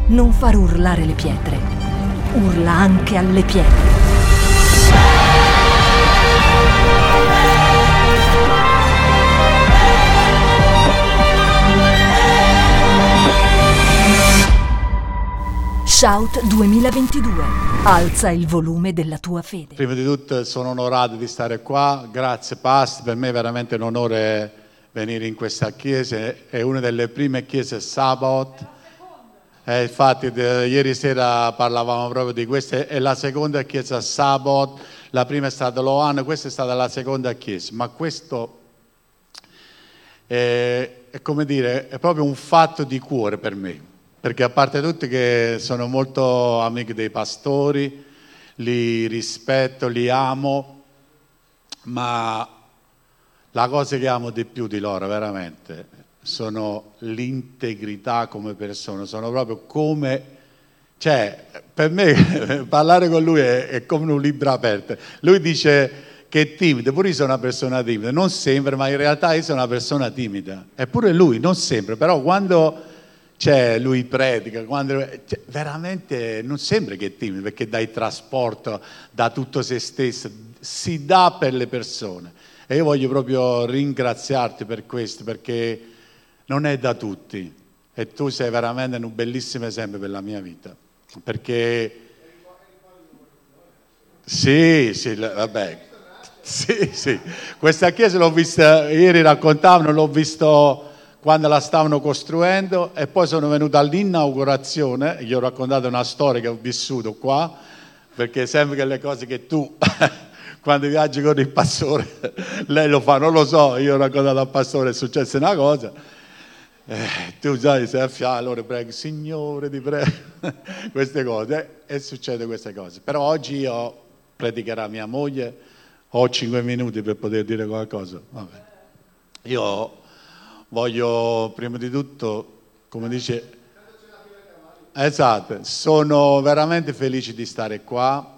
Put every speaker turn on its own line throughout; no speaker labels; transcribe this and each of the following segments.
Non far urlare le pietre. Urla anche alle pietre. Shout 2022. Alza il volume della tua fede.
Prima di tutto sono onorato di stare qua, grazie Pastor, per me è veramente un onore venire in questa chiesa, è una delle prime chiese Sabbath, infatti ieri sera parlavamo proprio di questa, è la seconda chiesa Sabbath, la prima è stata Loano, questa è stata la seconda chiesa, ma questo è come dire, è proprio un fatto di cuore per me. Perché a parte tutti che sono molto amico dei pastori, li rispetto, li amo, ma la cosa che amo di più di loro veramente sono l'integrità come persone, sono proprio come, cioè per me parlare con lui è come un libro aperto. Lui dice che è timido, pure io sono una persona timida, non sempre, ma in realtà io sono una persona timida, eppure lui non sempre, però quando lui predica, veramente non sembra che è timido perché dà il trasporto, dà tutto se stesso, si dà per le persone. E io voglio proprio ringraziarti per questo perché non è da tutti e tu sei veramente un bellissimo esempio per la mia vita. Perché sì, vabbè, sì. Questa chiesa l'ho vista, ieri raccontavano, l'ho visto quando la stavano costruendo e poi sono venuto all'inaugurazione, gli ho raccontato una storia che ho vissuto qua, perché sembra che le cose che tu, quando viaggi con il pastore, lei lo fa, non lo so, io ho raccontato al pastore, è successa una cosa, tu sai, sei a fianco, allora prego, Signore ti prego, queste cose, e succede queste cose. Però oggi io predicherò a mia moglie, ho 5 minuti per poter dire qualcosa, vabbè. Io voglio prima di tutto, come dice, esatto, sono veramente felice di stare qua.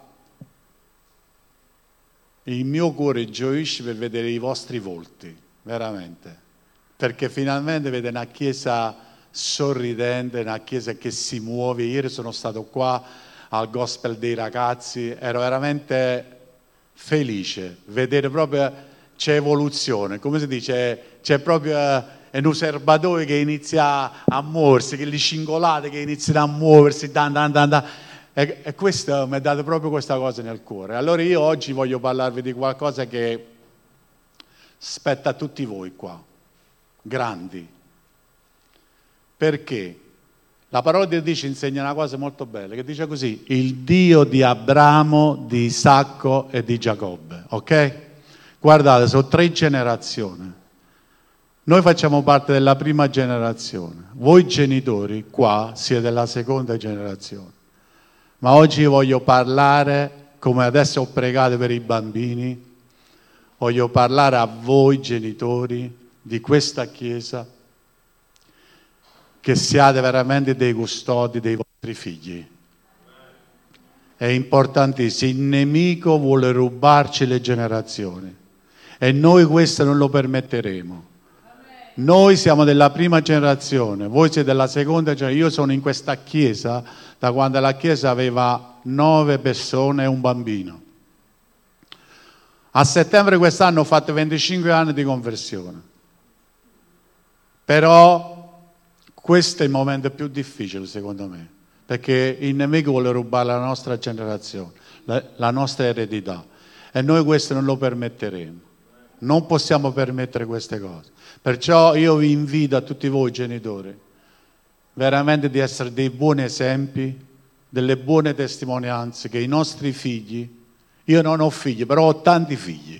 Il mio cuore gioisce per vedere i vostri volti, veramente, perché finalmente vedo una chiesa sorridente, una chiesa che si muove. Ieri sono stato qua al gospel dei ragazzi, ero veramente felice, vedere proprio c'è evoluzione, come si dice, c'è proprio è un serbatoio che inizia a muoversi, che le cingolate che iniziano a muoversi, e questo mi ha dato proprio questa cosa nel cuore. Allora io oggi voglio parlarvi di qualcosa che spetta a tutti voi qua, grandi. Perché? La parola di Dio ci insegna una cosa molto bella, che dice così, il Dio di Abramo, di Isacco e di Giacobbe, ok? Guardate, sono 3 generazioni. Noi facciamo parte della prima generazione, voi genitori qua siete della seconda generazione, ma oggi voglio parlare, come adesso ho pregato per i bambini, voglio parlare a voi genitori di questa chiesa, che siate veramente dei custodi dei vostri figli. È importantissimo, il nemico vuole rubarci le generazioni e noi questo non lo permetteremo. Noi siamo della prima generazione, voi siete della seconda generazione. Io sono in questa chiesa da quando la chiesa aveva 9 persone e un bambino. A settembre quest'anno ho fatto 25 anni di conversione. Però questo è il momento più difficile secondo me, perché il nemico vuole rubare la nostra generazione, la nostra eredità, e noi questo non lo permetteremo. Non possiamo permettere queste cose. Perciò io vi invito a tutti voi genitori veramente di essere dei buoni esempi, delle buone testimonianze che i nostri figli, io non ho figli, però ho tanti figli,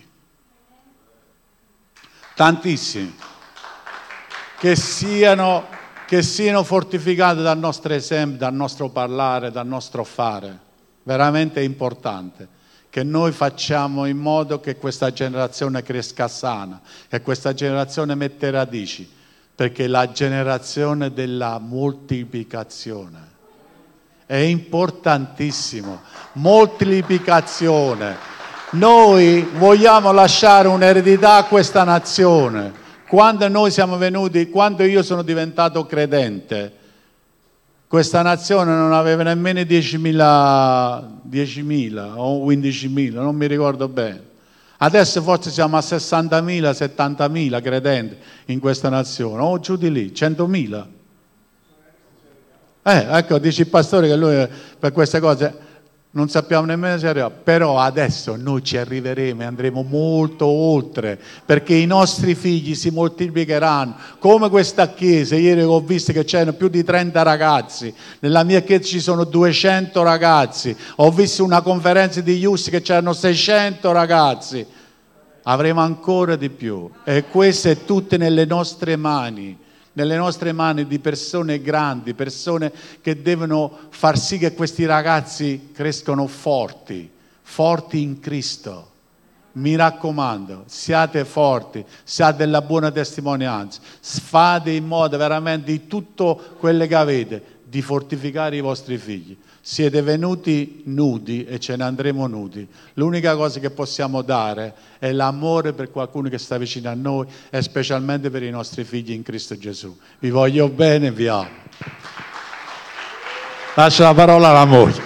tantissimi, che siano fortificati dal nostro esempio, dal nostro parlare, dal nostro fare. Veramente è importante che noi facciamo in modo che questa generazione cresca sana, che questa generazione mette radici, perché la generazione della moltiplicazione è importantissimo. Moltiplicazione. Noi vogliamo lasciare un'eredità a questa nazione. Quando noi siamo venuti, quando io sono diventato credente, questa nazione non aveva nemmeno 10.000 o 15.000, non mi ricordo bene. Adesso forse siamo a 60.000, 70.000 credenti in questa nazione, o giù di lì, 100.000. Ecco, dice il pastore che lui per queste cose non sappiamo nemmeno se arriva, però adesso noi ci arriveremo e andremo molto oltre, perché i nostri figli si moltiplicheranno, come questa chiesa. Ieri ho visto che c'erano più di 30 ragazzi, nella mia chiesa ci sono 200 ragazzi, ho visto una conferenza di Youth che c'erano 600 ragazzi, avremo ancora di più, e questo è tutto nelle nostre mani di persone grandi, persone che devono far sì che questi ragazzi crescano forti in Cristo. Mi raccomando, siate forti, siate della buona testimonianza, fate in modo veramente di tutto quello che avete, di fortificare i vostri figli. Siete venuti nudi e ce ne andremo nudi. L'unica cosa che possiamo dare è l'amore per qualcuno che sta vicino a noi e specialmente per i nostri figli in Cristo Gesù. Vi voglio bene e vi amo. Lascio la parola alla moglie.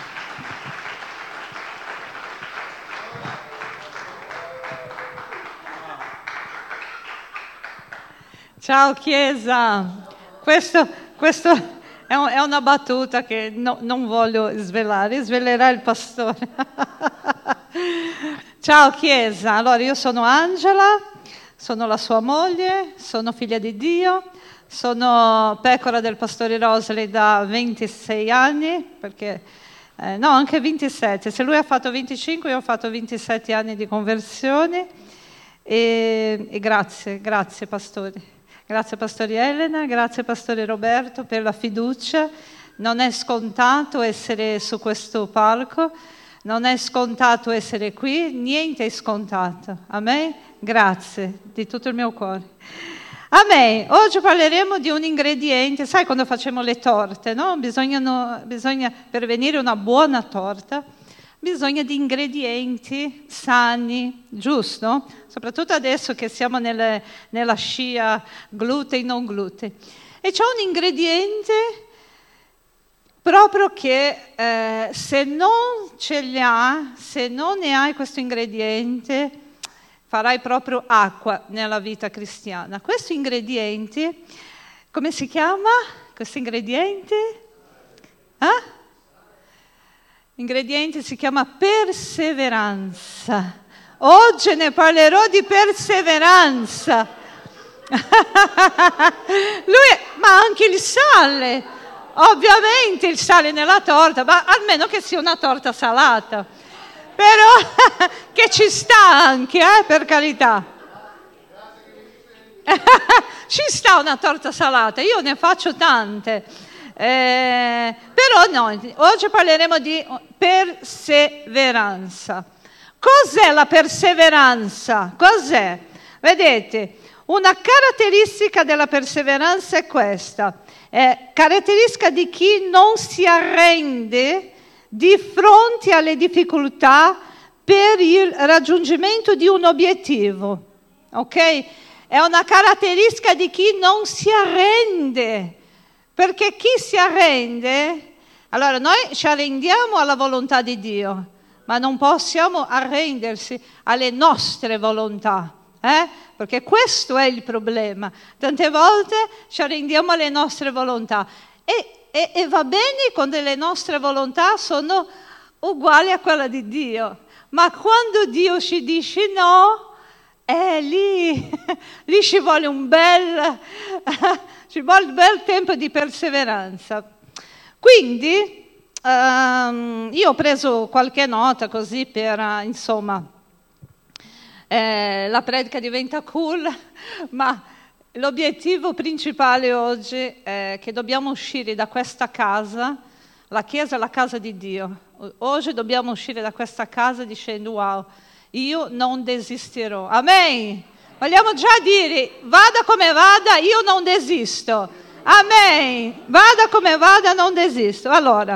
Ciao Chiesa, questo è una battuta che non voglio svelare, svelerà il pastore. Ciao Chiesa, allora io sono Angela, sono la sua moglie, sono figlia di Dio, sono pecora del pastore Rosley da 26 anni, no, anche 27, se lui ha fatto 25 io ho fatto 27 anni di conversione e grazie pastore. Grazie Pastore Elena, grazie Pastore Roberto per la fiducia. Non è scontato essere su questo palco, non è scontato essere qui, niente è scontato. Amen? Grazie di tutto il mio cuore. Amen. Oggi parleremo di un ingrediente, sai quando facciamo le torte, no? Bisogna per venire una buona torta, bisogna di ingredienti sani, giusto? Soprattutto adesso che siamo nella scia glutine non glutine. E c'è un ingrediente proprio che se non ne hai questo ingrediente, farai proprio acqua nella vita cristiana. Questo ingrediente, come si chiama? Questo ingrediente? L'ingrediente si chiama perseveranza. Oggi ne parlerò di perseveranza. Ma anche il sale, ovviamente il sale nella torta, ma almeno che sia una torta salata. Però che ci sta anche, per carità. Ci sta una torta salata, io ne faccio tante. Però no, oggi parleremo di perseveranza. Cos'è la perseveranza? Cos'è? Vedete, una caratteristica della perseveranza è questa, è caratteristica di chi non si arrende di fronte alle difficoltà per il raggiungimento di un obiettivo, ok? È una caratteristica di chi non si arrende. Perché chi si arrende, allora noi ci arrendiamo alla volontà di Dio, ma non possiamo arrendersi alle nostre volontà, perché questo è il problema. Tante volte ci arrendiamo alle nostre volontà e va bene quando le nostre volontà sono uguali a quella di Dio, ma quando Dio ci dice no, lì ci vuole un bel tempo di perseveranza. Quindi io ho preso qualche nota così per, la predica diventa cool, ma l'obiettivo principale oggi è che dobbiamo uscire da questa casa, la Chiesa è la casa di Dio. Oggi dobbiamo uscire da questa casa dicendo wow, io non desisterò. Amen. Vogliamo già dire, vada come vada, io non desisto. Amen. Vada come vada, non desisto. Allora,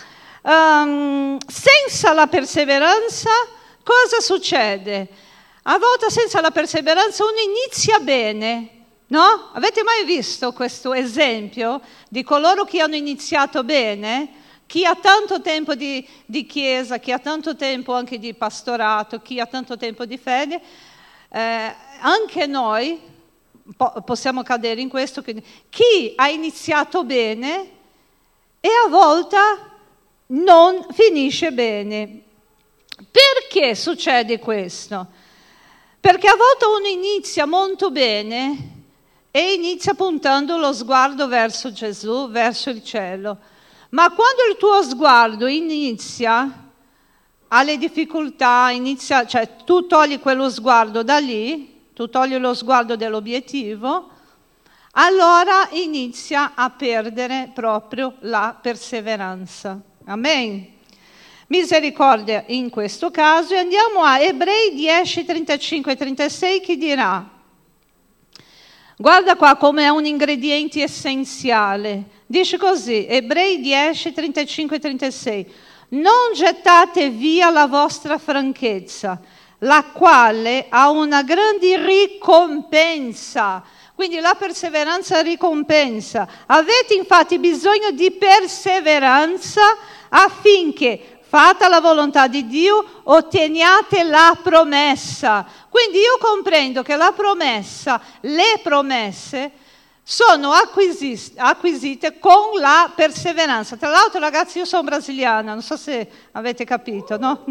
senza la perseveranza, cosa succede? A volte senza la perseveranza uno inizia bene, No? Avete mai visto questo esempio di coloro che hanno iniziato bene? Chi ha tanto tempo di chiesa, chi ha tanto tempo anche di pastorato, chi ha tanto tempo di fede, anche noi possiamo cadere in questo. Chi ha iniziato bene e a volte non finisce bene. Perché succede questo? Perché a volte uno inizia molto bene e inizia puntando lo sguardo verso Gesù, verso il cielo. Ma quando il tuo sguardo inizia alle difficoltà, cioè tu togli quello sguardo da lì, tu togli lo sguardo dell'obiettivo, allora inizia a perdere proprio la perseveranza. Amen. Misericordia in questo caso. E andiamo a Ebrei 10, 35 e 36 che dirà: guarda qua come è un ingrediente essenziale. Dice così, Ebrei 10, 35 e 36. Non gettate via la vostra franchezza, la quale ha una grande ricompensa. Quindi la perseveranza ricompensa. Avete infatti bisogno di perseveranza affinché, fatta la volontà di Dio, otteniate la promessa. Quindi io comprendo che la promessa, le promesse, sono acquisite con la perseveranza. Tra l'altro, ragazzi, io sono brasiliana, non so se avete capito, no?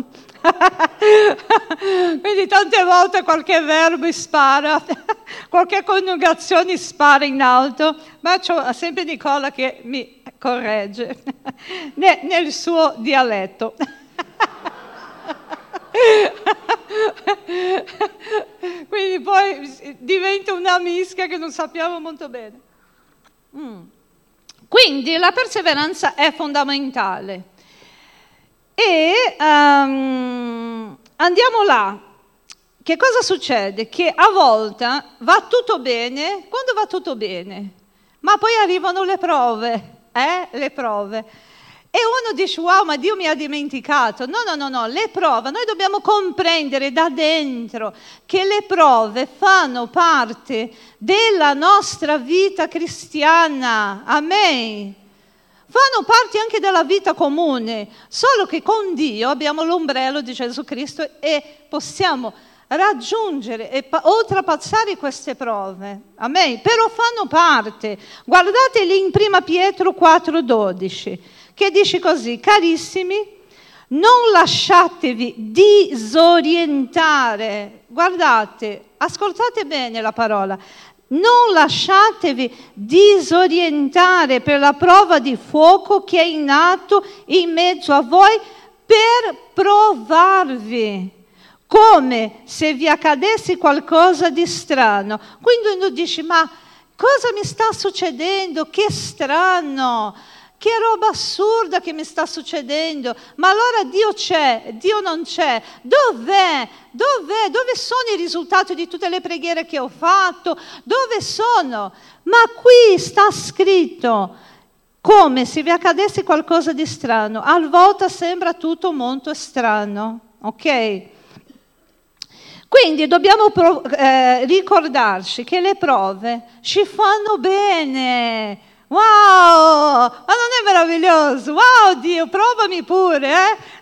Quindi tante volte qualche verbo spara, qualche coniugazione spara in alto, ma c'ho sempre Nicola che mi corregge nel suo dialetto. Quindi poi diventa una mischia che non sappiamo molto bene. Quindi la perseveranza è fondamentale. E andiamo là. Che cosa succede? Che a volte va tutto bene, quando va tutto bene, ma poi arrivano le prove, le prove. E uno dice, wow, ma Dio mi ha dimenticato. No, le prove, noi dobbiamo comprendere da dentro che le prove fanno parte della nostra vita cristiana. Amen. Fanno parte anche della vita comune, solo che con Dio abbiamo l'ombrello di Gesù Cristo e possiamo raggiungere e oltrepassare queste prove. Amen. Però fanno parte. Guardate lì in 1 Pietro 4,12. che dice così: carissimi, non lasciatevi disorientare. Guardate, ascoltate bene la parola. Non lasciatevi disorientare per la prova di fuoco che è in atto in mezzo a voi per provarvi, come se vi accadesse qualcosa di strano. Quindi uno dice, ma cosa mi sta succedendo? Che strano! Che roba assurda che mi sta succedendo. Ma allora Dio c'è, Dio non c'è. Dov'è? Dove sono i risultati di tutte le preghiere che ho fatto? Dove sono? Ma qui sta scritto come se vi accadesse qualcosa di strano. A volte sembra tutto molto strano, ok? Quindi dobbiamo ricordarci che le prove ci fanno bene. Wow, ma non è meraviglioso? Wow, Dio, provami pure,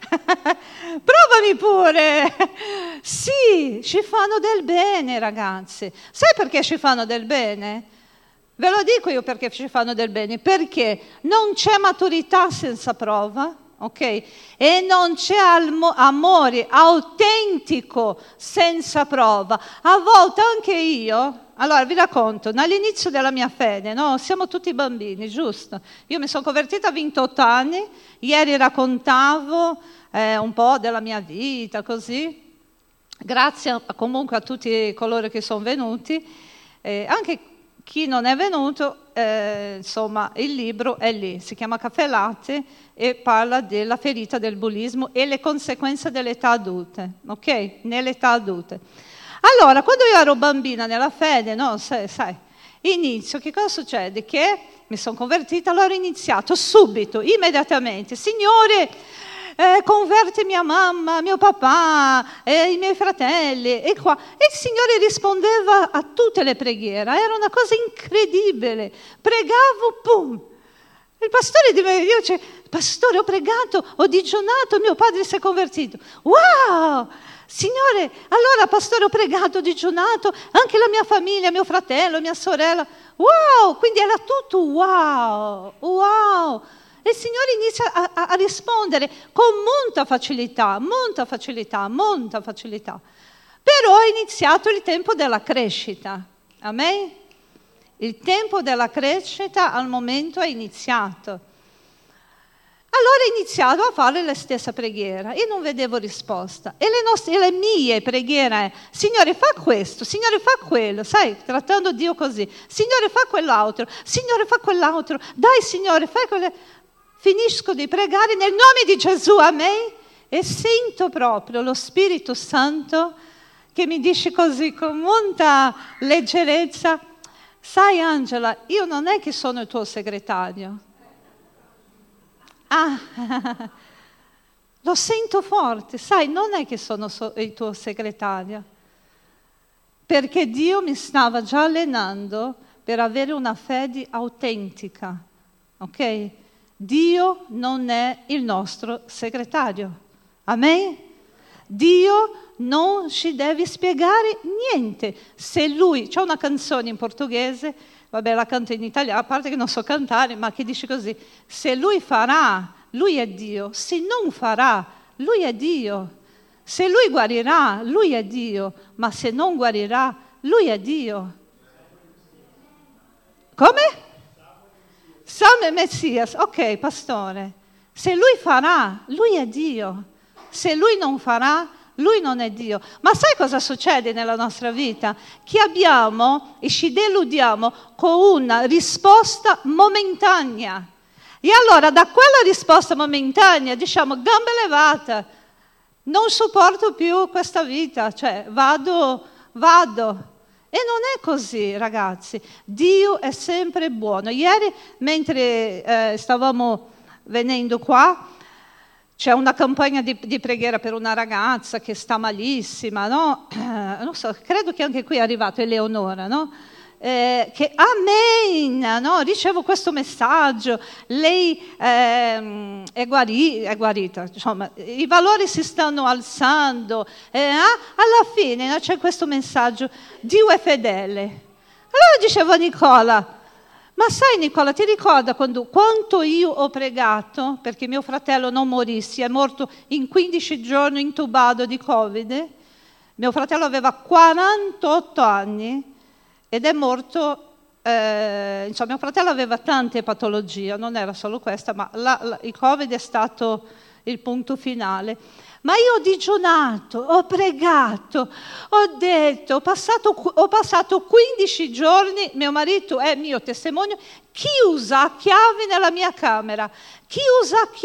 Provami pure. Sì, ci fanno del bene, ragazzi. Sai perché ci fanno del bene? Ve lo dico io perché ci fanno del bene. Perché non c'è maturità senza prova, ok? E non c'è amore autentico senza prova. A volte anche io... Allora, vi racconto, all'inizio della mia fede, no? Siamo tutti bambini, giusto? Io mi sono convertita a 28 anni, ieri raccontavo un po' della mia vita, così. Grazie comunque a tutti coloro che sono venuti, anche chi non è venuto, insomma, il libro è lì, si chiama Caffè Latte e parla della ferita del bullismo e le conseguenze dell'età adulta, ok? Nell'età adulta. Allora, quando io ero bambina nella fede, no, sai, inizio, che cosa succede? Che mi sono convertita, allora ho iniziato subito, immediatamente, Signore, converti mia mamma, mio papà, i miei fratelli, e qua. E il Signore rispondeva a tutte le preghiere, era una cosa incredibile. Pregavo, pum! Il pastore dice, pastore, ho pregato, ho digiunato, mio padre si è convertito. Wow! Signore, allora pastore, ho pregato, ho digiunato, anche la mia famiglia, mio fratello, mia sorella. Wow! Quindi era tutto wow! Wow! E il Signore inizia a rispondere con molta facilità. Però è iniziato il tempo della crescita. Amen? Il tempo della crescita al momento è iniziato. Allora ho iniziato a fare la stessa preghiera. Io non vedevo risposta. E le mie preghiere, Signore fa questo, Signore fa quello, sai, trattando Dio così. Signore fa quell'altro, Signore fa quell'altro. Dai Signore, fai quello. Finisco di pregare nel nome di Gesù, amen? E sento proprio lo Spirito Santo che mi dice così con molta leggerezza: sai Angela, io non è che sono il tuo segretario. Lo sento forte, sai, non è che sono il tuo segretario, perché Dio mi stava già allenando per avere una fede autentica, ok? Dio non è il nostro segretario, amen? Dio non ci deve spiegare niente. Se Lui, c'è una canzone in portoghese, vabbè la canto in italiano, a parte che non so cantare, ma che dice così: se Lui farà, Lui è Dio; se non farà, Lui è Dio; se Lui guarirà, Lui è Dio; ma se non guarirà, Lui è Dio. Come? Salmo e Messias, ok pastore. Se Lui farà, Lui è Dio; se Lui non farà, Lui non è Dio. Ma sai cosa succede nella nostra vita? Che abbiamo e ci deludiamo con una risposta momentanea. E allora da quella risposta momentanea diciamo: gamba levata, non sopporto più questa vita, cioè vado. E non è così, ragazzi. Dio è sempre buono. Ieri, mentre stavamo venendo qua, c'è una campagna di preghiera per una ragazza che sta malissima, no? Non so, credo che anche qui è arrivato Eleonora, no? Che amen, no? Ricevo questo messaggio, lei è guarita, insomma, i valori si stanno alzando, alla fine, no, c'è questo messaggio: Dio è fedele. Allora dicevo a Nicola: ma sai Nicola, ti ricorda quanto io ho pregato perché mio fratello non morisse? È morto in 15 giorni intubato di Covid. Mio fratello aveva 48 anni ed è morto, insomma mio fratello aveva tante patologie, non era solo questa, ma il Covid è stato il punto finale. Ma io ho digiunato, ho pregato, ho detto, ho passato 15 giorni, mio marito è mio testimone, chiusa a chiave nella mia camera, chiusa a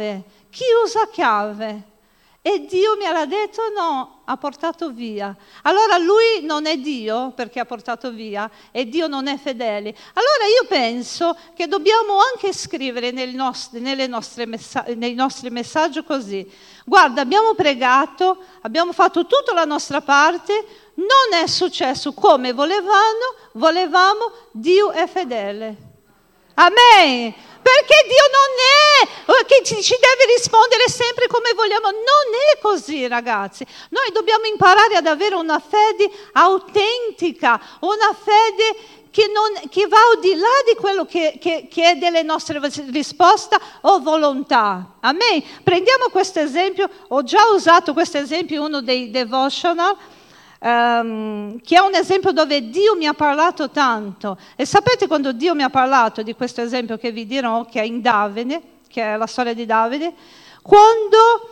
chiave. E Dio mi era detto no, ha portato via. Allora Lui non è Dio perché ha portato via e Dio non è fedele. Allora io penso che dobbiamo anche scrivere nei nostri messaggi così: guarda, abbiamo pregato, abbiamo fatto tutta la nostra parte, non è successo come volevamo, Dio è fedele. Amen. Perché Dio non è che ci deve rispondere sempre come vogliamo. Non è così, ragazzi. Noi dobbiamo imparare ad avere una fede autentica, una fede che va al di là di quello che è delle nostre risposte o volontà. Amen. Prendiamo questo esempio. Ho già usato questo esempio in uno dei devotional, che è un esempio dove Dio mi ha parlato tanto. E sapete quando Dio mi ha parlato di questo esempio che vi dirò, che è in Davide, che è la storia di Davide? Quando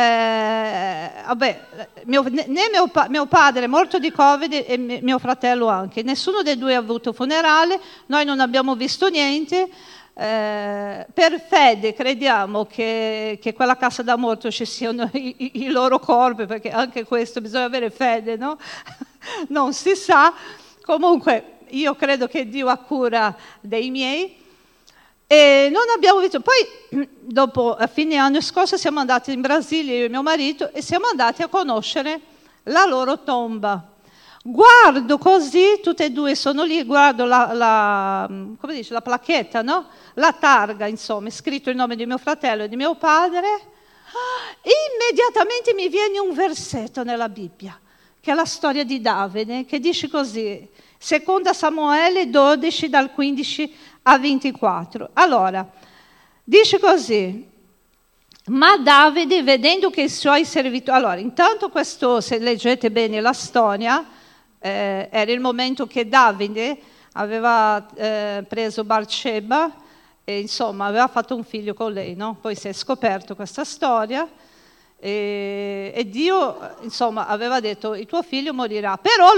mio padre è morto di Covid e mio fratello anche, nessuno dei due ha avuto funerale, noi non abbiamo visto niente. Per fede crediamo che quella casa da morto ci siano i loro corpi, perché anche questo bisogna avere fede, no? Non si sa. Comunque io credo che Dio ha cura dei miei. E non abbiamo visto. Poi, dopo, a fine anno scorso, siamo andati in Brasile, io e mio marito, e siamo andati a conoscere la loro tomba. Guardo così, tutte e due sono lì, guardo come dice, la placchetta, no? La targa, insomma, è scritto il nome di mio fratello e di mio padre. Immediatamente mi viene un versetto nella Bibbia, che è la storia di Davide, che dice così, seconda Samuele 12, dal 15 a 24. Allora, dice così, ma Davide, vedendo che i suoi servitori... Allora, intanto questo, se leggete bene la storia, era il momento che Davide aveva preso Bathsheba e insomma aveva fatto un figlio con lei, no? Poi si è scoperto questa storia e Dio insomma aveva detto il tuo figlio morirà, però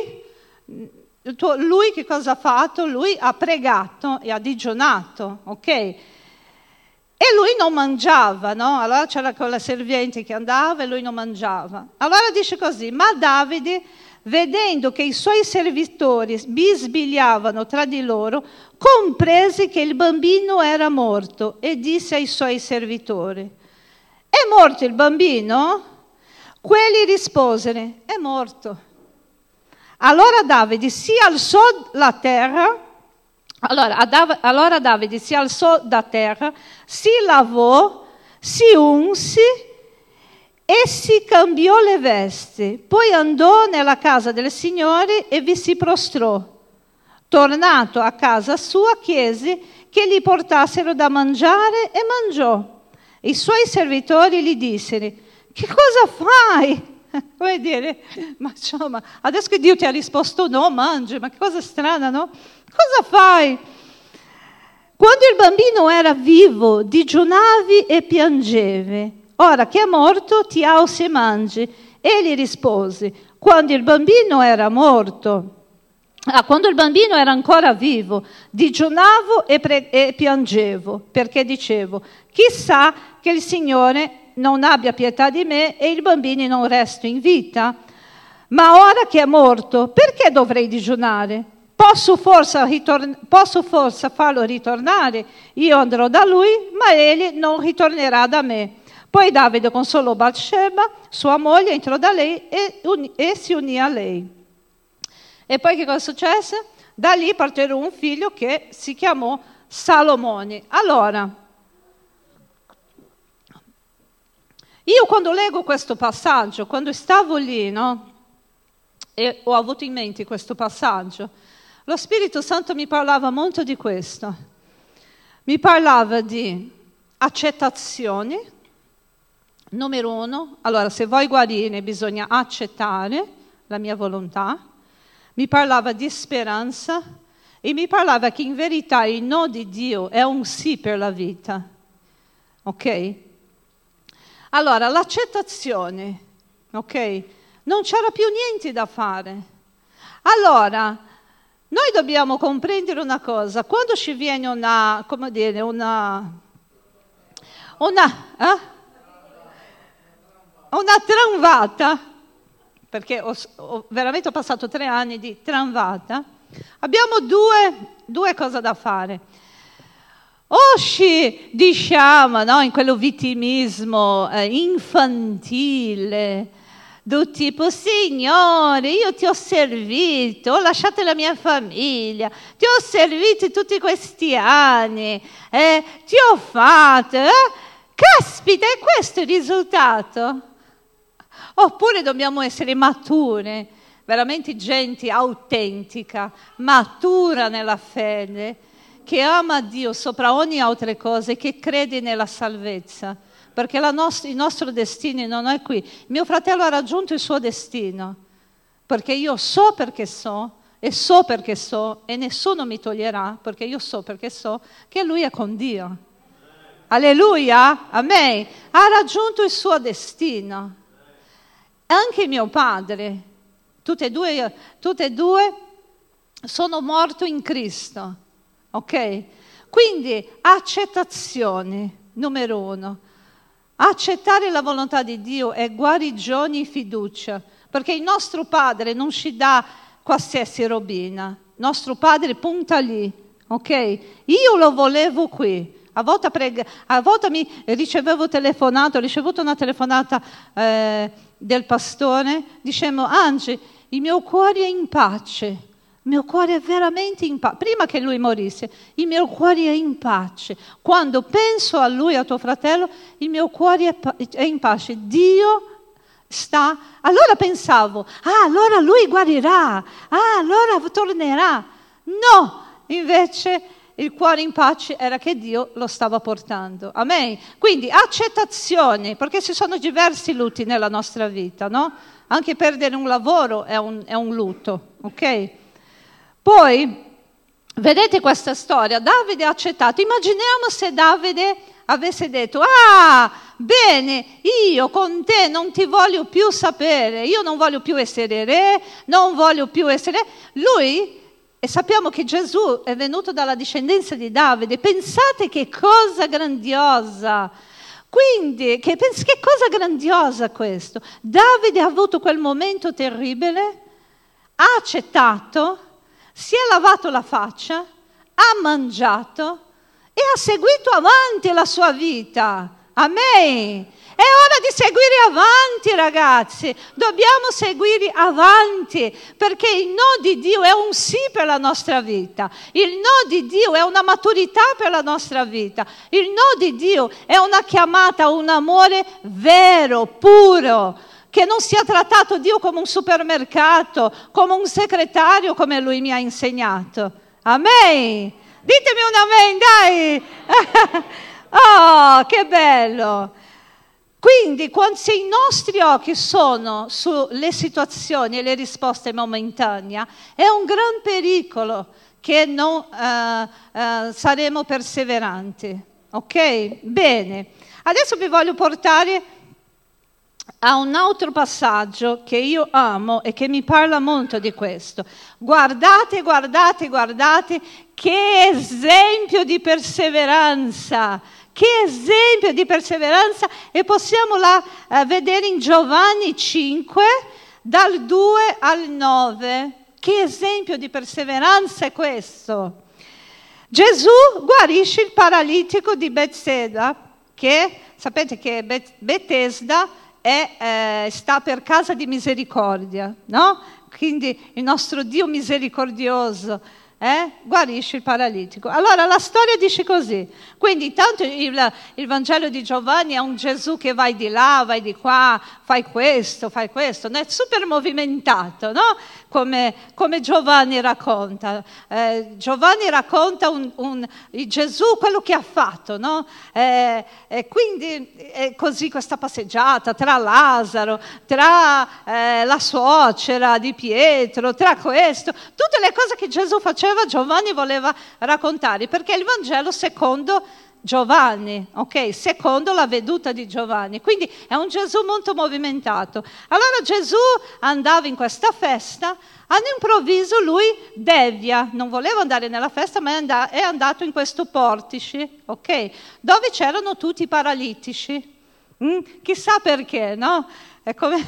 lui che cosa ha fatto? Lui ha pregato e ha digiunato, ok? E lui non mangiava, no? Allora c'era quella servente che andava e lui non mangiava. Allora dice così, ma Davide, vedendo che i suoi servitori bisbigliavano tra di loro, comprese che il bambino era morto e disse ai suoi servitori, è morto il bambino? Quelli risposero, è morto. Allora Davide si alzò da terra, allora Davide si alzò da terra, si lavò, si unse e si cambiò le vesti. Poi andò nella casa del Signore e vi si prostrò. Tornato a casa sua, chiese che gli portassero da mangiare e mangiò. I suoi servitori gli dissero, che cosa fai? Come dire, ma insomma, adesso che Dio ti ha risposto no, mangi, ma che cosa strana, no? Cosa fai? Quando il bambino era vivo, digiunavi e piangevi. Ora che è morto, ti alzi e mangi. Egli rispose, quando il bambino era morto, quando il bambino era ancora vivo, digiunavo e piangevo, perché dicevo, chissà che il Signore non abbia pietà di me e il bambino non resti in vita. Ma ora che è morto, perché dovrei digiunare? Posso forse farlo ritornare? Io andrò da lui, ma egli non ritornerà da me. Poi Davide consolò Bathsheba, sua moglie, entrò da lei e si unì a lei. E poi che cosa successe? Da lì partorì un figlio che si chiamò Salomone. Allora, io quando leggo questo passaggio, quando stavo lì, no? E ho avuto in mente questo passaggio, lo Spirito Santo mi parlava molto di questo. Mi parlava di accettazione, numero uno. Allora, se vuoi guarire bisogna accettare la mia volontà. Mi parlava di speranza e mi parlava che in verità il no di Dio è un sì per la vita. Ok? Allora, l'accettazione, ok? Non c'era più niente da fare. Allora, noi dobbiamo comprendere una cosa, quando ci viene una tramvata, perché veramente ho passato 3 anni di tramvata, abbiamo due cose da fare. O ci diciamo, no, in quello vittimismo infantile, do tipo, Signore, io ti ho servito, ho lasciato la mia famiglia, ti ho servito tutti questi anni, ti ho fatto, caspita, è questo il risultato? Oppure dobbiamo essere mature, veramente gente autentica, matura nella fede, che ama Dio sopra ogni altra cosa e che crede nella salvezza. Perché il nostro destino non è qui. Mio fratello ha raggiunto il suo destino, perché io so perché so, e nessuno mi toglierà, perché io so perché so, che lui è con Dio. Alleluia, amen. Ha raggiunto il suo destino. Anche mio padre, tutte e due sono morti in Cristo, ok? Quindi accettazione, numero uno. Accettare la volontà di Dio è guarigione e fiducia, perché il nostro Padre non ci dà qualsiasi robina, il nostro Padre punta lì, ok? Io lo volevo qui. A volte ricevuto una telefonata del pastore, dicevo, Angi, il mio cuore è in pace, il mio cuore è veramente in pace. Prima che lui morisse, il mio cuore è in pace. Quando penso a lui, a tuo fratello, il mio cuore è in pace. Dio sta... Allora pensavo, allora lui guarirà, allora tornerà. No, invece... il cuore in pace era che Dio lo stava portando. Amen. Quindi accettazione, perché ci sono diversi lutti nella nostra vita, no? Anche perdere un lavoro è un lutto, ok? Poi, vedete questa storia, Davide ha accettato. Immaginiamo se Davide avesse detto, bene, io con te non ti voglio più sapere, io non voglio più essere re, non voglio più essere... Lui... E sappiamo che Gesù è venuto dalla discendenza di Davide. Pensate che cosa grandiosa! Quindi, che cosa grandiosa questo? Davide ha avuto quel momento terribile, ha accettato, si è lavato la faccia, ha mangiato e ha seguito avanti la sua vita. Amen! È ora di seguire avanti, ragazzi. Dobbiamo seguire avanti, perché il no di Dio è un sì per la nostra vita. Il no di Dio è una maturità per la nostra vita. Il no di Dio è una chiamata, un amore vero, puro, che non sia trattato Dio come un supermercato, come un segretario, come Lui mi ha insegnato. Amen. Ditemi un amen, dai. Oh, che bello. Quindi, se i nostri occhi sono sulle situazioni e le risposte momentanee, è un gran pericolo che non saremo perseveranti. Ok? Bene. Adesso vi voglio portare a un altro passaggio che io amo e che mi parla molto di questo. Guardate, che esempio di perseveranza! Che esempio di perseveranza, e possiamo vedere in Giovanni 5, dal 2 al 9. Che esempio di perseveranza è questo? Gesù guarisce il paralitico di Bethesda, che sapete che Bethesda sta per casa di misericordia, no? Quindi il nostro Dio misericordioso guarisce il paralitico. Allora la storia dice così. Quindi intanto il Vangelo di Giovanni è un Gesù che vai di là, vai di qua, fai questo, no? È super movimentato, no? Come Giovanni racconta. Giovanni racconta il Gesù, quello che ha fatto, no? E quindi è così questa passeggiata tra Lazzaro, tra la suocera di Pietro, tra questo, tutte le cose che Gesù faceva, Giovanni voleva raccontare, perché il Vangelo secondo Giovanni, ok? Secondo la veduta di Giovanni. Quindi è un Gesù molto movimentato. Allora Gesù andava in questa festa, all'improvviso lui devia, non voleva andare nella festa, ma è andato in questo portice, ok? Dove c'erano tutti i paralitici. Chissà perché, no? È come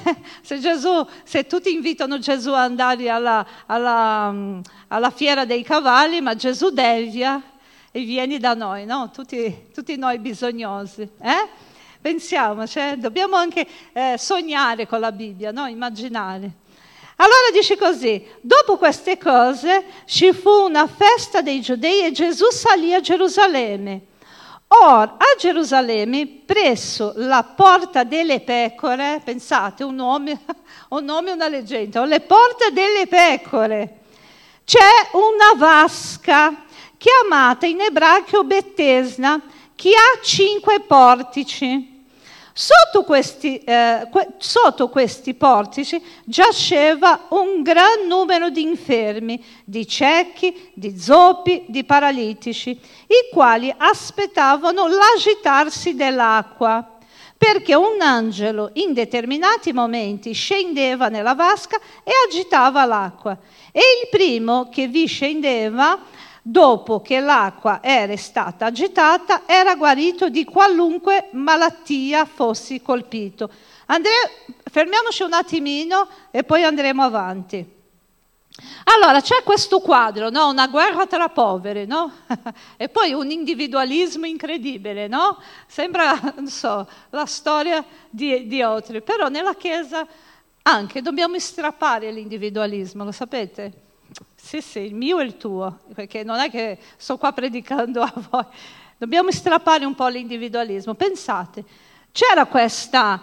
se tutti invitano Gesù ad andare alla fiera dei cavalli, ma Gesù devia e vieni da noi, no? Tutti noi bisognosi. Pensiamo, dobbiamo anche sognare con la Bibbia, no? Immaginare. Allora dice così: dopo queste cose ci fu una festa dei Giudei e Gesù salì a Gerusalemme. Or a Gerusalemme, presso la porta delle pecore, pensate, un nome e una leggenda, le porte delle pecore, c'è una vasca chiamata in ebraico Betesda, che ha 5 portici. Sotto questi portici giaceva un gran numero di infermi, di ciechi, di zoppi, di paralitici, i quali aspettavano l'agitarsi dell'acqua, perché un angelo in determinati momenti scendeva nella vasca e agitava l'acqua. E il primo che vi scendeva, dopo che l'acqua era stata agitata, era guarito di qualunque malattia fossi colpito. Fermiamoci un attimino e poi andremo avanti. Allora, c'è questo quadro, no? Una guerra tra poveri, no? E poi un individualismo incredibile, no? Sembra, non so, la storia di altri. Però nella Chiesa anche dobbiamo strappare l'individualismo, lo sapete? Sì, il mio e il tuo, perché non è che sto qua predicando a voi. Dobbiamo strappare un po' l'individualismo. Pensate, c'era questa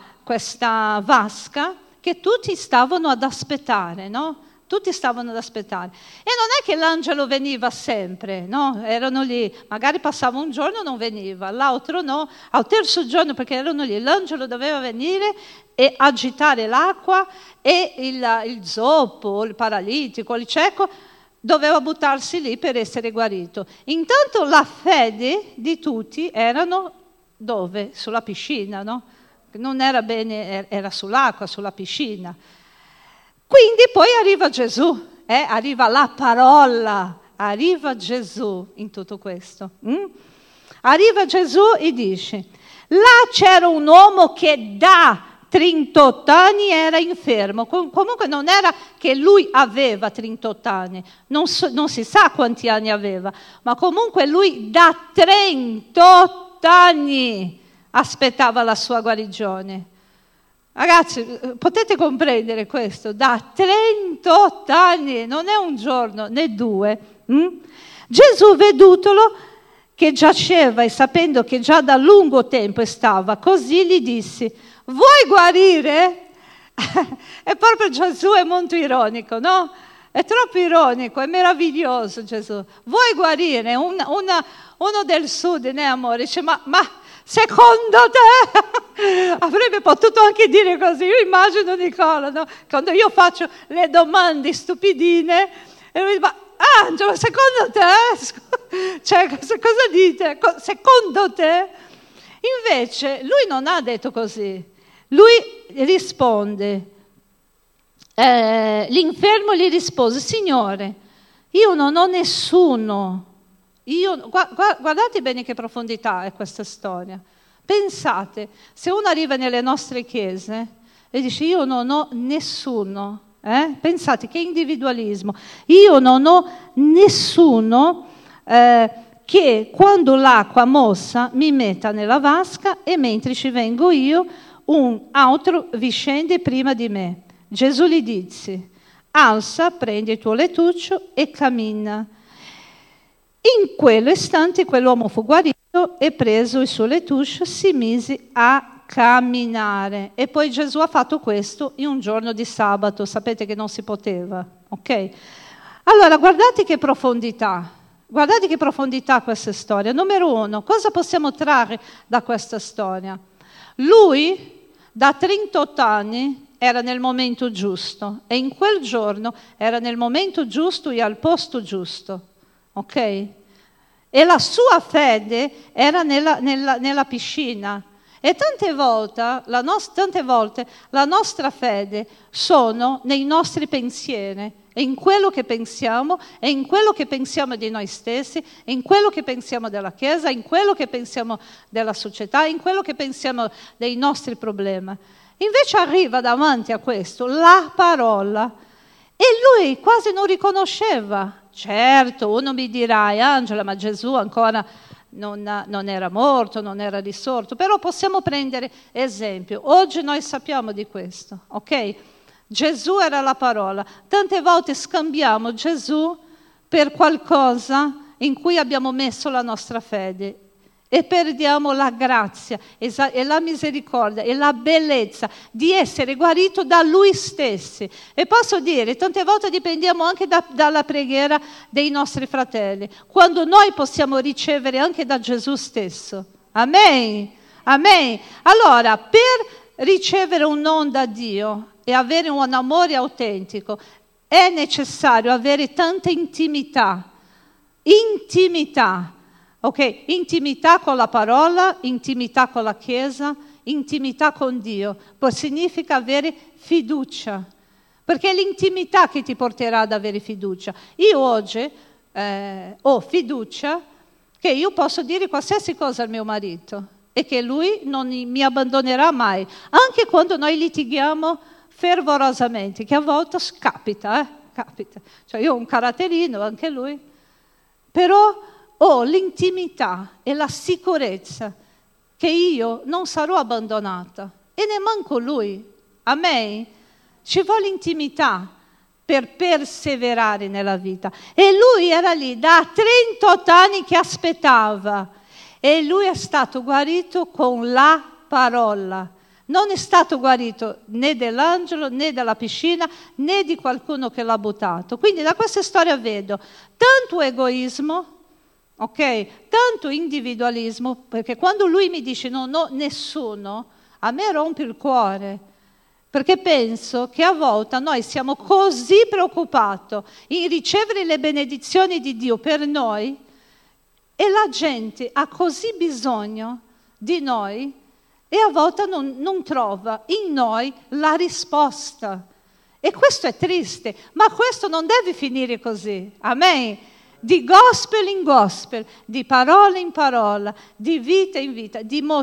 vasca che tutti stavano ad aspettare, no? Tutti stavano ad aspettare. E non è che l'angelo veniva sempre, no? Erano lì, magari passava un giorno e non veniva, l'altro no, al terzo giorno perché erano lì, l'angelo doveva venire e agitare l'acqua e il zoppo, il paralitico, il cieco, doveva buttarsi lì per essere guarito. Intanto la fede di tutti erano dove? Sulla piscina, no? Non era bene, era sull'acqua, sulla piscina. Quindi poi arriva Gesù, arriva la parola, arriva Gesù in tutto questo. Arriva Gesù e dice, là c'era un uomo che da 38 anni era infermo. Comunque non era che lui aveva 38 anni, non si sa quanti anni aveva, ma comunque lui da 38 anni aspettava la sua guarigione. Ragazzi, potete comprendere questo? Da 38 anni, non è un giorno né due. Gesù, vedutolo che giaceva e sapendo che già da lungo tempo stava, così gli disse, vuoi guarire? E proprio Gesù è molto ironico, no? È troppo ironico, è meraviglioso Gesù. Vuoi guarire? Uno del sud, né amore? Dice, ma secondo te? Avrebbe potuto anche dire così. Io immagino Nicola, no? Quando io faccio le domande stupidine, e lui dice, ma Angelo, secondo te? Cioè, cosa dite? Secondo te? Invece, lui non ha detto così. Lui risponde, l'infermo gli rispose, Signore, io non ho nessuno. Guardate bene che profondità è questa storia. Pensate, se uno arriva nelle nostre chiese e dice io non ho nessuno, pensate che individualismo, io non ho nessuno che quando l'acqua mossa mi metta nella vasca e mentre ci vengo io un altro vi scende prima di me. Gesù gli disse, alza, prendi il tuo lettuccio e cammina. In quell'istante quell'uomo fu guarito e preso il suo lettuccio si mise a camminare. E poi Gesù ha fatto questo in un giorno di sabato, sapete che non si poteva, ok? Allora guardate che profondità questa storia. Numero uno, cosa possiamo trarre da questa storia? Lui da 38 anni era nel momento giusto e in quel giorno era nel momento giusto e al posto giusto. Ok? E la sua fede era nella piscina. E tante volte la nostra fede sono nei nostri pensieri, e in quello che pensiamo, e in quello che pensiamo di noi stessi, e in quello che pensiamo della Chiesa, in quello che pensiamo della società, in quello che pensiamo dei nostri problemi. Invece arriva davanti a questo la parola e lui quasi non riconosceva. Certo, uno mi dirà, Angela, ma Gesù ancora non era morto, non era risorto, però possiamo prendere esempio. Oggi noi sappiamo di questo, ok? Gesù era la parola. Tante volte scambiamo Gesù per qualcosa in cui abbiamo messo la nostra fede e perdiamo la grazia e la misericordia e la bellezza di essere guarito da Lui stesso. E posso dire, tante volte dipendiamo anche dalla preghiera dei nostri fratelli, quando noi possiamo ricevere anche da Gesù stesso. Amen. Amen. Allora, per ricevere un dono da Dio e avere un amore autentico è necessario avere tanta intimità. Ok, intimità con la parola, intimità con la Chiesa, intimità con Dio. Poi significa avere fiducia, perché è l'intimità che ti porterà ad avere fiducia. Io oggi ho fiducia che io posso dire qualsiasi cosa al mio marito e che lui non mi abbandonerà mai, anche quando noi litighiamo fervorosamente, che a volte capita, capita. Cioè io ho un caratterino, anche lui, però ho l'intimità e la sicurezza che io non sarò abbandonata e neanche lui. A me ci vuole intimità per perseverare nella vita. E lui era lì da 38 anni che aspettava e lui è stato guarito con la parola. Non è stato guarito né dell'angelo, né dalla piscina, né di qualcuno che l'ha buttato. Quindi da questa storia vedo tanto egoismo, ok? Tanto individualismo, perché quando lui mi dice no, nessuno, a me rompe il cuore, perché penso che a volte noi siamo così preoccupati in ricevere le benedizioni di Dio per noi e la gente ha così bisogno di noi e a volte non trova in noi la risposta. E questo è triste, ma questo non deve finire così. Amen. Di gospel in gospel, di parola in parola, di vita in vita,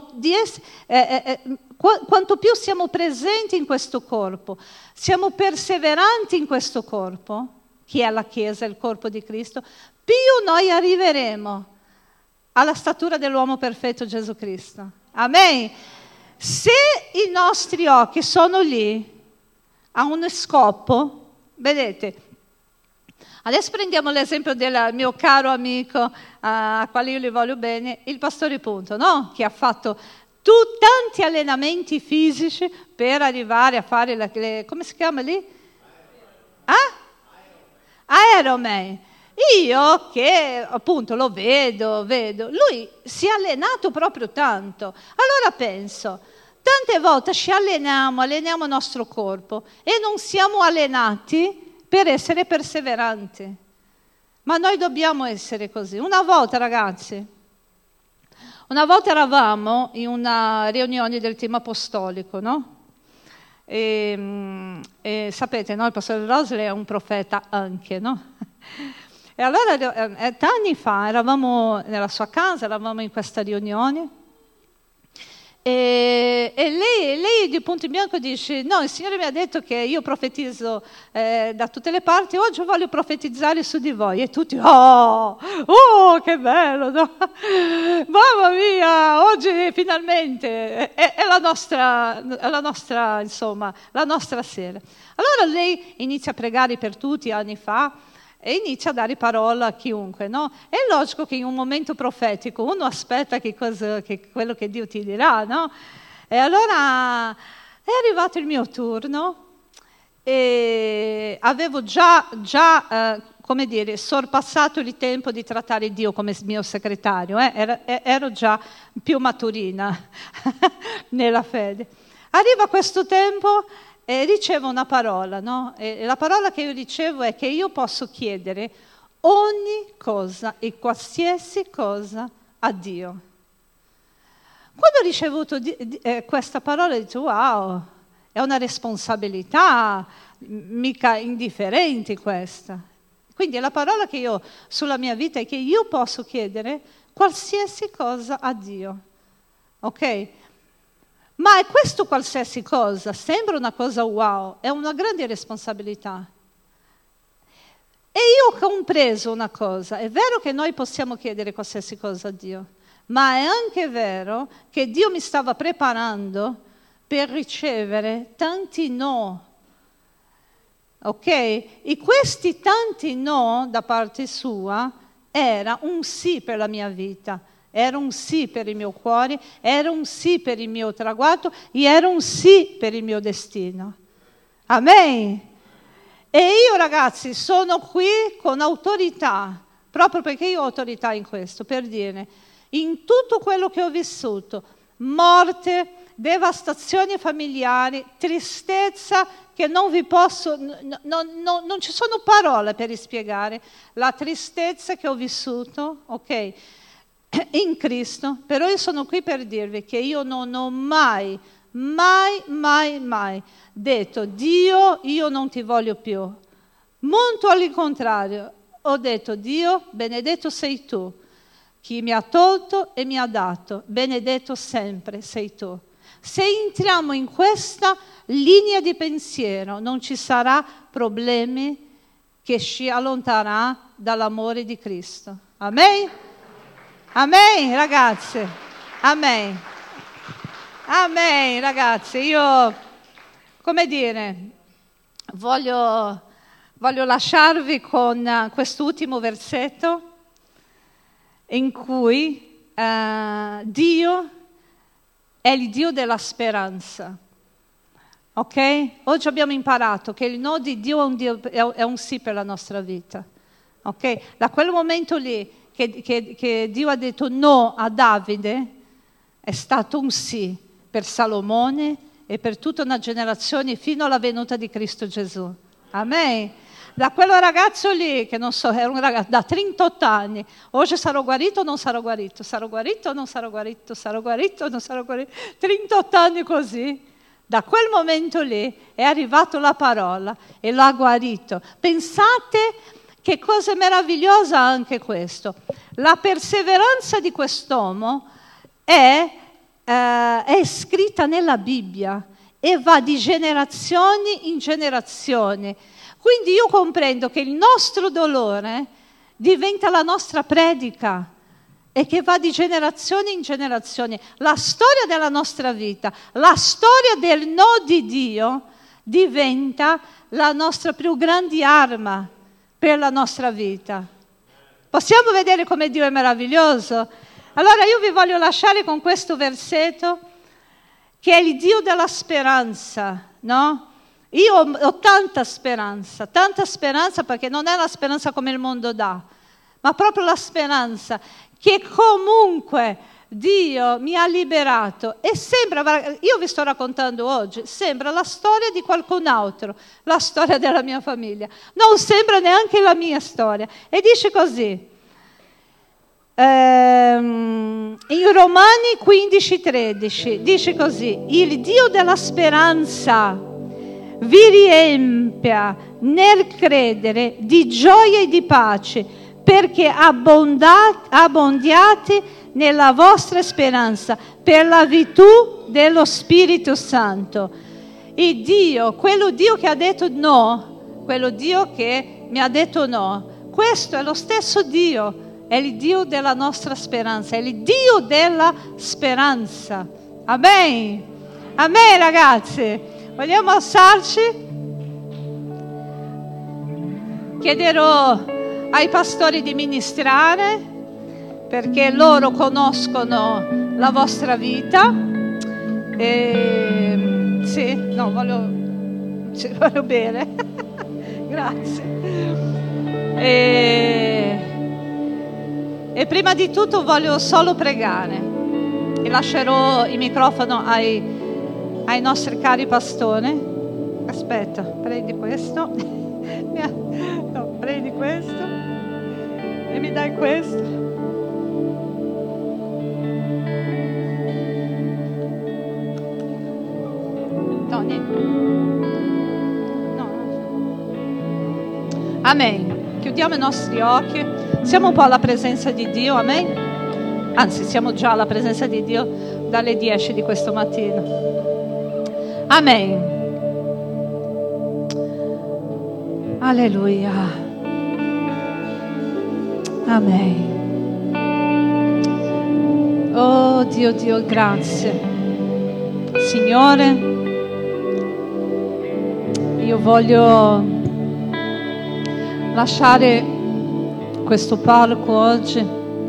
quanto più siamo presenti in questo corpo, siamo perseveranti in questo corpo, che è la Chiesa, il corpo di Cristo, più noi arriveremo alla statura dell'uomo perfetto Gesù Cristo. Amen. Se i nostri occhi sono lì, a uno scopo, vedete, adesso prendiamo l'esempio del mio caro amico, a quale io li voglio bene, il pastore Punto, no? Che ha fatto tanti allenamenti fisici per arrivare a fare, come si chiama lì? Ironman. Io che appunto lo vedo, lui si è allenato proprio tanto. Allora penso, tante volte ci alleniamo il nostro corpo e non siamo allenati per essere perseveranti. Ma noi dobbiamo essere così. Una volta, ragazzi, eravamo in una riunione del team apostolico, no? E sapete, no? Il pastore Rosley è un profeta anche, no? E allora, anni fa, eravamo nella sua casa, eravamo in questa riunione, e lei di punto in bianco dice, no, il Signore mi ha detto che io profetizzo da tutte le parti, oggi voglio profetizzare su di voi. E tutti, oh che bello, no? Mamma mia, oggi finalmente è la nostra, insomma, la nostra sera. Allora lei inizia a pregare per tutti anni fa, e inizia a dare parola a chiunque, no? È logico che in un momento profetico uno aspetta che quello che Dio ti dirà, no? E allora è arrivato il mio turno e avevo già come dire, sorpassato il tempo di trattare Dio come mio segretario, ero già più maturina nella fede. Arriva questo tempo e ricevo una parola, no? E la parola che io ricevo è che io posso chiedere ogni cosa e qualsiasi cosa a Dio. Quando ho ricevuto questa parola ho detto, wow, è una responsabilità mica indifferente questa. Quindi la parola che io ho sulla mia vita è che io posso chiedere qualsiasi cosa a Dio, ok? Ma è questo qualsiasi cosa, sembra una cosa wow, è una grande responsabilità. E io ho compreso una cosa, è vero che noi possiamo chiedere qualsiasi cosa a Dio, ma è anche vero che Dio mi stava preparando per ricevere tanti no. Ok? E questi tanti no da parte sua era un sì per la mia vita. Era un sì per il mio cuore, era un sì per il mio traguardo e era un sì per il mio destino. Amen. E io, ragazzi, sono qui con autorità, proprio perché io ho autorità in questo, per dire, in tutto quello che ho vissuto, morte, devastazioni familiari, tristezza che non vi posso, non ci sono parole per spiegare, la tristezza che ho vissuto, ok? In Cristo, però io sono qui per dirvi che io non ho mai detto Dio, io non ti voglio più. Molto al contrario, ho detto Dio, benedetto sei tu, chi mi ha tolto e mi ha dato, benedetto sempre sei tu. Se entriamo in questa linea di pensiero non ci sarà problemi che ci allontanerà dall'amore di Cristo. Amen? Amen, ragazzi. Amen. Amen, ragazzi. Io, come dire, voglio lasciarvi con quest'ultimo versetto in cui Dio è il Dio della speranza. Ok? Oggi abbiamo imparato che il no di Dio è un sì per la nostra vita. Ok? Da quel momento lì che Dio ha detto no a Davide, è stato un sì per Salomone e per tutta una generazione fino alla venuta di Cristo Gesù. Amen. Da quello ragazzo lì, che non so, era un ragazzo da 38 anni, oggi sarò guarito o non sarò guarito, sarò guarito o non sarò guarito, sarò guarito o non sarò guarito, 38 anni così. Da quel momento lì è arrivata la parola e l'ha guarito. Pensate che cosa meravigliosa anche questo. La perseveranza di quest'uomo è scritta nella Bibbia e va di generazioni in generazioni. Quindi io comprendo che il nostro dolore diventa la nostra predica e che va di generazione in generazione. La storia della nostra vita, la storia del no di Dio diventa la nostra più grande arma per la nostra vita. Possiamo vedere come Dio è meraviglioso? Allora io vi voglio lasciare con questo versetto che è il Dio della speranza, no? Io ho tanta speranza perché non è la speranza come il mondo dà, ma proprio la speranza che comunque Dio mi ha liberato e sembra, io vi sto raccontando oggi, sembra la storia di qualcun altro, la storia della mia famiglia, non sembra neanche la mia storia. E dice così, in Romani 15:13, dice così, il Dio della speranza vi riempia nel credere di gioia e di pace, perché abbondiate nella vostra speranza per la virtù dello Spirito Santo. Il Dio, quello Dio che ha detto no, quello Dio che mi ha detto no, questo è lo stesso Dio, è il Dio della nostra speranza, è il Dio della speranza. Amen. Amen, ragazzi. Vogliamo alzarci? Chiederò ai pastori di ministrare perché loro conoscono la vostra vita. Voglio bene. Grazie. E prima di tutto voglio solo pregare e lascerò il microfono ai nostri cari pastori. Aspetta, prendi questo. No, prendi questo e mi dai questo. Tony. No. Amen. Chiudiamo i nostri occhi. Siamo un po' alla presenza di Dio. Amen. Anzi, siamo già alla presenza di Dio dalle 10 di questo mattino. Amen. Alleluia. Amen. Oh Dio, grazie. Signore, io voglio lasciare questo palco oggi.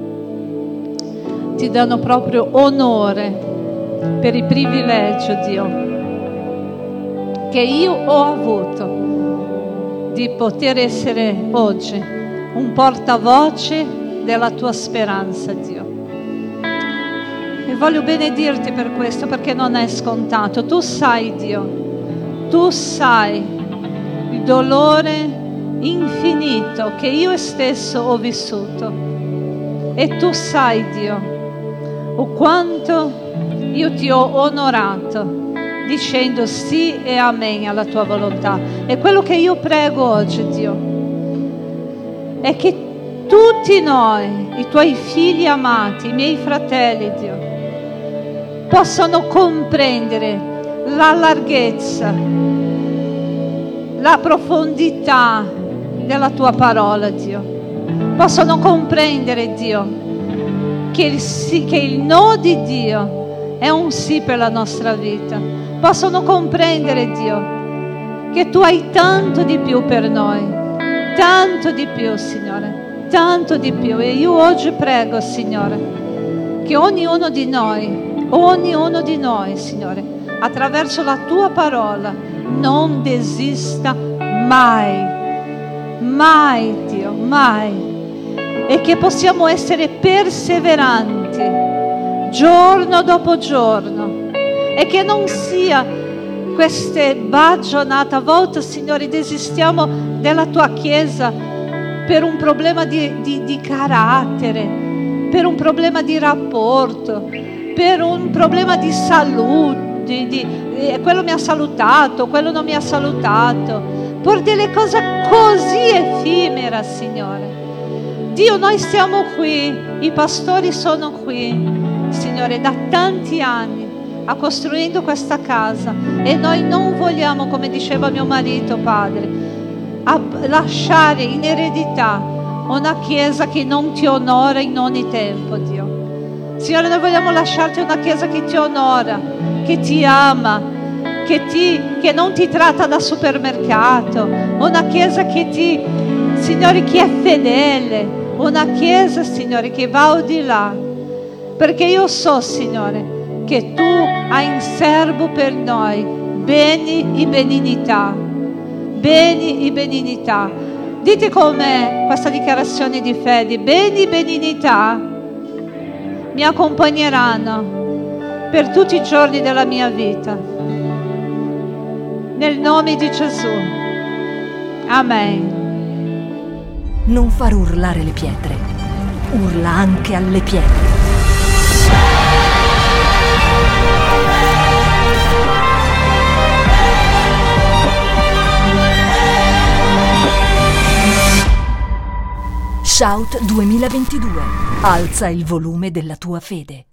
Ti danno proprio onore per il privilegio, Dio, che io ho avuto di poter essere oggi un portavoce della tua speranza, Dio. E voglio benedirti per questo, perché non è scontato. Tu sai, Dio, tu sai il dolore infinito che io stesso ho vissuto. E tu sai, Dio, o quanto io ti ho onorato dicendo sì e amen alla tua volontà. E quello che io prego oggi, Dio, è che tutti noi, i tuoi figli amati, i miei fratelli, Dio, possano comprendere la larghezza, la profondità, della tua parola, Dio. Possono comprendere, Dio, che il no di Dio è un sì per la nostra vita. Possono comprendere, Dio, che tu hai tanto di più per noi, tanto di più, Signore, tanto di più. E io oggi prego, Signore, che ognuno di noi, Signore, attraverso la tua parola non desista mai, mai, Dio, mai. E che possiamo essere perseveranti giorno dopo giorno, e che non sia queste bagionate. A volte, Signore, desistiamo della tua Chiesa per un problema di carattere, per un problema di rapporto, per un problema di salute, quello mi ha salutato, quello non mi ha salutato, per delle cose così effimere, Signore. Dio, noi siamo qui, i pastori sono qui, Signore, da tanti anni a costruendo questa casa, e noi non vogliamo, come diceva mio marito, Padre, lasciare in eredità una Chiesa che non ti onora in ogni tempo, Dio. Signore, noi vogliamo lasciarti una Chiesa che ti onora, che ti ama, che non ti tratta da supermercato, una Chiesa Signore, che è fedele, una Chiesa, Signore, che va al di là, perché io so, Signore, che tu hai in serbo per noi beni e benignità, beni e benignità. Dite com'è questa dichiarazione di fede: beni e benignità mi accompagneranno per tutti i giorni della mia vita, nel nome di Gesù, amen.
Non far urlare le pietre, urla anche alle pietre. Shout 2022. Alza il volume della tua fede.